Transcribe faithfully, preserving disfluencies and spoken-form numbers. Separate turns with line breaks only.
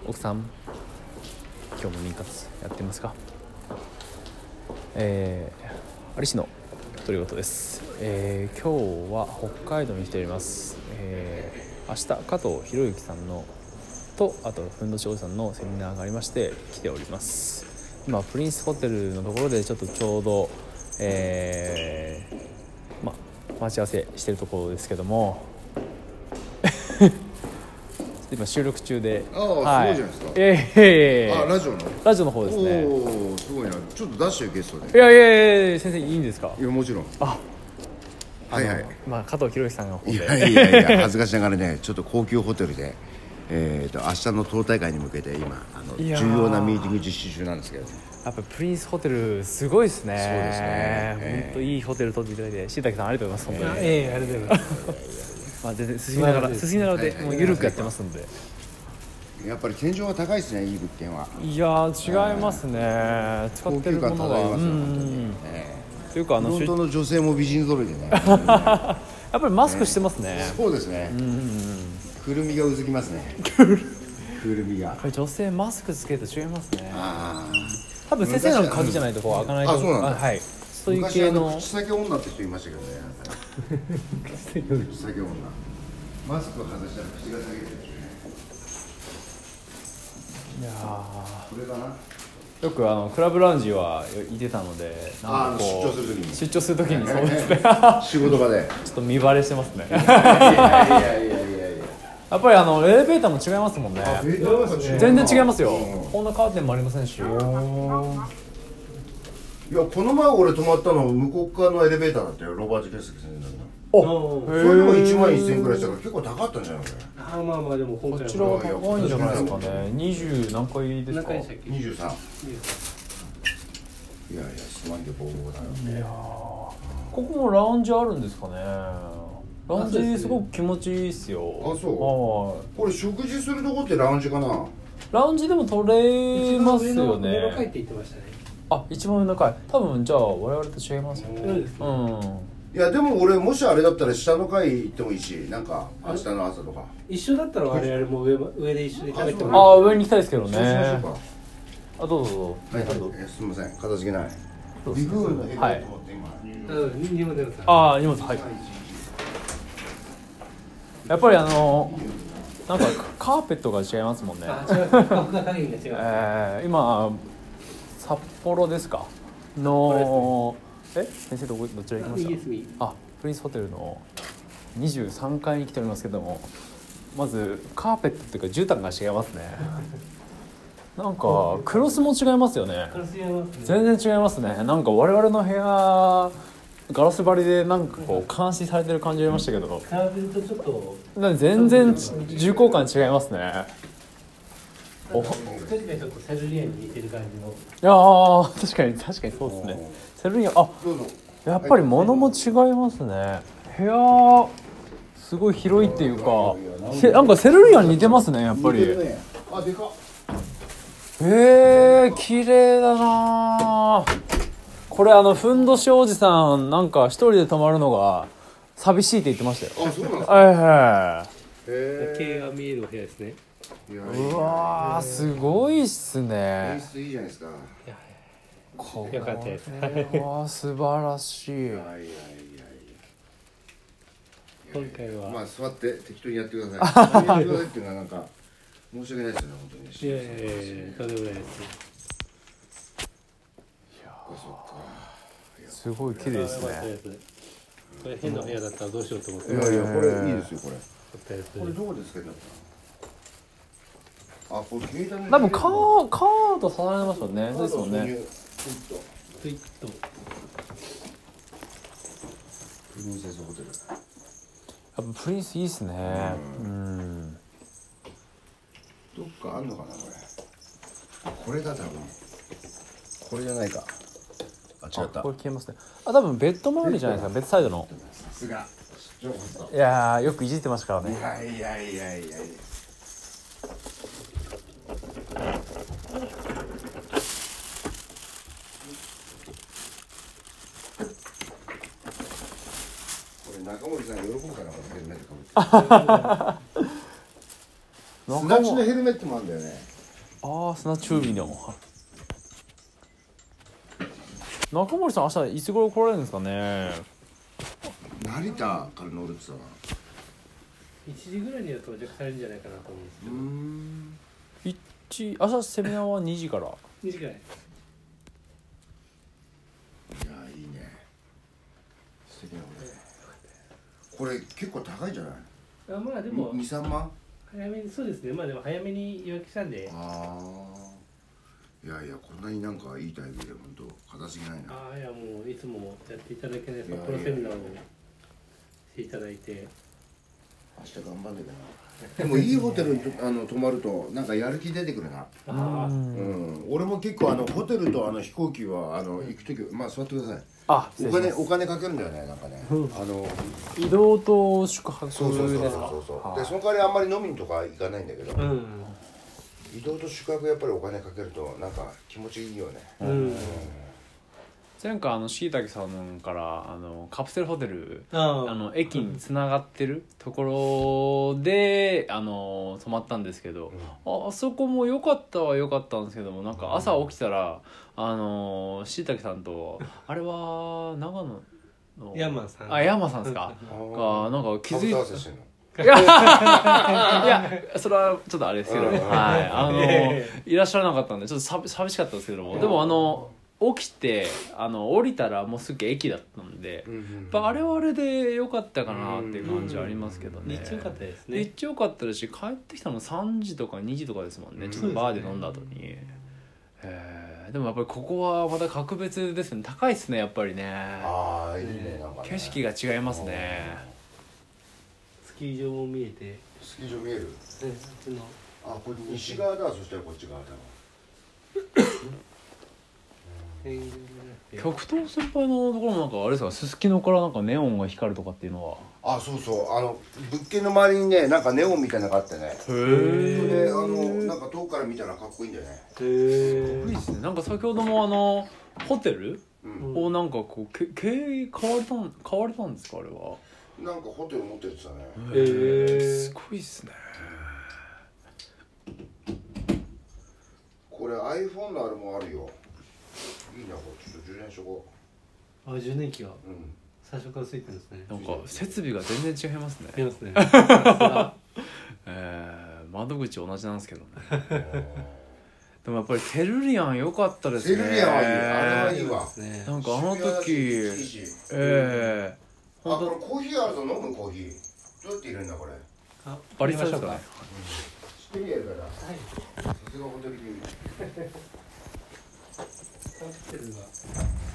奥さん、今日も妊活やってますか？えー、有志の独り言です。えー、今日は北海道に来ております。えー、明日加藤博之さんのとあとふんどしおじさんのセミナーがありまして来ております。今プリンスホテルのところでちょっとちょうど、えーま、待ち合わせしてるところですけども今収録中で、
ああ、はい、すごいじゃないですか。
ええー、
あ、ラジオの
ラジオの方ですね。
おお、すごいな。ちょっと出してよゲストで。
いやいやいや先生いいんですか？
いやもちろん。
あ、
はいはい。
まあ加藤博之さんの方で。
いやいやいや恥ずかしながらね、ちょっと高級ホテルで、えっと明日の党大会に向けて今あの重要なミーティング実施中なんですけど、ね。
やっぱプリンスホテルすごいですね。
そうですね。
本当、えー、いいホテル取っていただいて、しいたけさんありがとうございます。本当に。
ええー、ありがとうございます。
まあ全然進みながら進みながらでもう緩くやってますんで。
やっぱり天井が高いですね、いい物件は。
いや違いますね。使ってるものが。うん。というかあの
本当の女性も美人揃いでね。
やっぱりマスクしてますね。
そうですね。うん。くるみがうずきますね。くるみが。
女性マスクつけると違いますね。
ああ。
多分先生の鍵じゃないとこう開かないと。
あ、そうなんだ。
はい。そういう系の。
口先女って人いましたけどね。口先女。マスクを外したら口が下げてる。
いや
これかな。
よくあのクラブラウンジはいてたので、
なんかこう出張するときに
出張するときにそうですね。
仕事場で
ちょっと見バレしてますね。
いやいやいやいやいや。
やっぱりあのエレベーターも違いますもんね。全然違いますよ。こんなカーテンもありませんし。いや
この前俺泊まったの向こう側のエレベーターだったよ。ロバート・ケスケ先生だった。
あ、
それでもいちまんせんえんくらいしたから結構高かったんじゃないのこれ。
あ、まあまあでも今回
こちらは高いんじゃないですかね。にじゅう何回ですか？
にじゅうさん。いやいやすまんでボーボーだよね。
いやここもラウンジあるんですかね。ラウンジすごく気持ちいいっすよ。
あ、そう。これ食事するとこってラウンジかな。
ラウンジでも取れますよね。
上の階って言ってましたね。
あ、一番上の階。多分じゃあ我々と違いますよね。うん。
いやでも俺もしあれだったら下の階行ってもいいし、なんか明日の朝とか
一緒だったら我々も上上で一緒に食べてもらう。
ああ、上に行きたいですけどね。
そうしましょうか。
あ、どうぞどうぞ。
はい、えすみません、片付けない。ビフールのヘルメット持って今。
荷物です。
ああ、荷物はい。やっぱりあのなんかカーペットが違いますもんね。
あ、違う。ここが影が違う。
えー、今札幌ですかの。え、先生どこどちら行きました？あ、プリンスホテルのにじゅうさんかいに来ておりますけども、まずカーペットっていうか絨毯が違いますね。なんかクロスも違いますよね。全然違いますね。なんか我々の部屋ガラス張りでなんかこう監視されてる感じありましたけど、
比べるとちょっと
全然重厚感違いますね。
お、確かにちょっとセルリアに似てる感じの。
いやー、確かに確かにそうですね。セルリア、あ、やっぱり物も違いますね。部屋すごい広いっていうか、なんかセルリアに似てますね、やっぱり。
あ、でかっ。
えー、綺麗だな。これあのふんどしおじさんなんか一人で泊まるのが寂しいって言ってましたよ。
あ、そうなんですか。
はいはい。
夜景が見えるお部屋ですね。
うわー、すごいっすね。
演出いいじゃないですか。
こ
よかったです。
れは素晴らしい。
いやいやいやいや。
今回は
まあ座って適当にやってください。やってくださいっていうのはなんか申し訳ないですよね、本当に。
いやいやいや、とんでもないです。
いやー、そっか。
すごい綺麗ですね。
これ変な部屋だったらどうしようと思って。
いやいや、これいいですよ、これ。これ
こ
どこですか？あ、これ携帯の。
多分カーカードされますよね。そうですよね。
ツイッと。
プリンセスホテル。
やっぱプリンスいいっすね。うん。
どっかあんのかなこれ。これだ多分。これじゃないか。あ、違った。
これ消えますね。あ、多分ベッド周りじゃないですか。ベッドサイドの。
さすが。出張ホスト。
いやー、よくいじってましたからね。
いやいやいやいやいや。中森さん喜ぶからヘルメットかぶって。すだちのヘルメットもあるんだよね。
ああ砂中火の中森さん明日いつ頃来られるんですかね。
成田から乗るって言って
いちじぐらいには到着されるんじゃないかなと思うんですけ
たな。うーん。
一明日セミナーはにじから。
にじぐらい。
いやいいね。素敵なこれ。これ結構高いんじゃない？
あまあでも
に、さんまん？
早めにそうですね。まあでも早めに予約したんで。
ああ。いやいやこんなになんかいいタイミングで本当硬すぎないな。
ああいやもういつもやっていただけない
いやいや
札幌セミナーをしていただいて。
明日頑張んなきゃな。でもいいホテルにあの泊まるとなんかやる気出てくるな。
ああ。
うん。俺も結構あのホテルとあの飛行機はあの行く時まあ座ってください。
あ
お金お金かけるんだよねなんかね。あの
移動と宿泊ですか。
そうそうそうそうそう。でその代わりあんまり飲みにとか行かないんだけど。
うん。
移動と宿泊やっぱりお金かけるとなんか気持ちいいよね。
うん。
前回あの椎茸さんからあのカプセルホテル
あ
あの駅につながってるところであの泊まったんですけど、うん、あ, あそこも良かったは良かったんですけどもなんか朝起きたらあの椎茸さんとあれは長野の
山さん
あ山さんですかがなんか気づいてい
や
いやそれはちょっとあれですけど、はい、あのいらっしゃらなかったんでちょっと寂寂しかったですけどもでもあの起きてあの降りたらもうすぐ駅だったんで、うんうんうん、やっぱあれはあれで良かったかなっていう感じはありますけどね。
めっちゃ良かったですね。
めっちゃ良かったですし帰ってきたのさんじとかにじとかですもんね、うん、ちょっとバーで飲んだ後に、えー、でもやっぱりここはまた格別ですね。高いですねやっぱりね。
ああいいねなんかね
景色が違いますね。
スキー場も見えて
スキー場見える、
うん、
あこれ西側だそしたらこっち側だ
極東先輩のところもなんかあれですかすすきのからなんかネオンが光るとかっていうのは
あそうそうあの物件の周りにねなんかネオンみたいなのがあってねへえそれであのなんか遠くから見たらかっこいいんだよねへ
えかっこいいですね。なんか先ほどもあのホテル、うん、をなんかこうけ経営変われたん変われたんですかあれは。
なんかホテル持ってるって言ってたね
へえすごいっすね。
これ iPhone のあれもあるよ。いいなこれちょっと充電しとこ
う。あ充電器が、
うん、
最初からついてるんですね。
なんか設備が全然違いますね。
違いますね。
えー、窓口同じなんですけどね。でもやっぱりテルリアン良かったですね。
テルリアンはいい、あれはいいわ。
なんかあの時、ええ
ー、あこれコーヒーあるぞ飲むコーヒー。どうやって入れるんだこれ。
あバリスタですかね。
知ってみやるから。はい。さすがホテル君。
カプセルが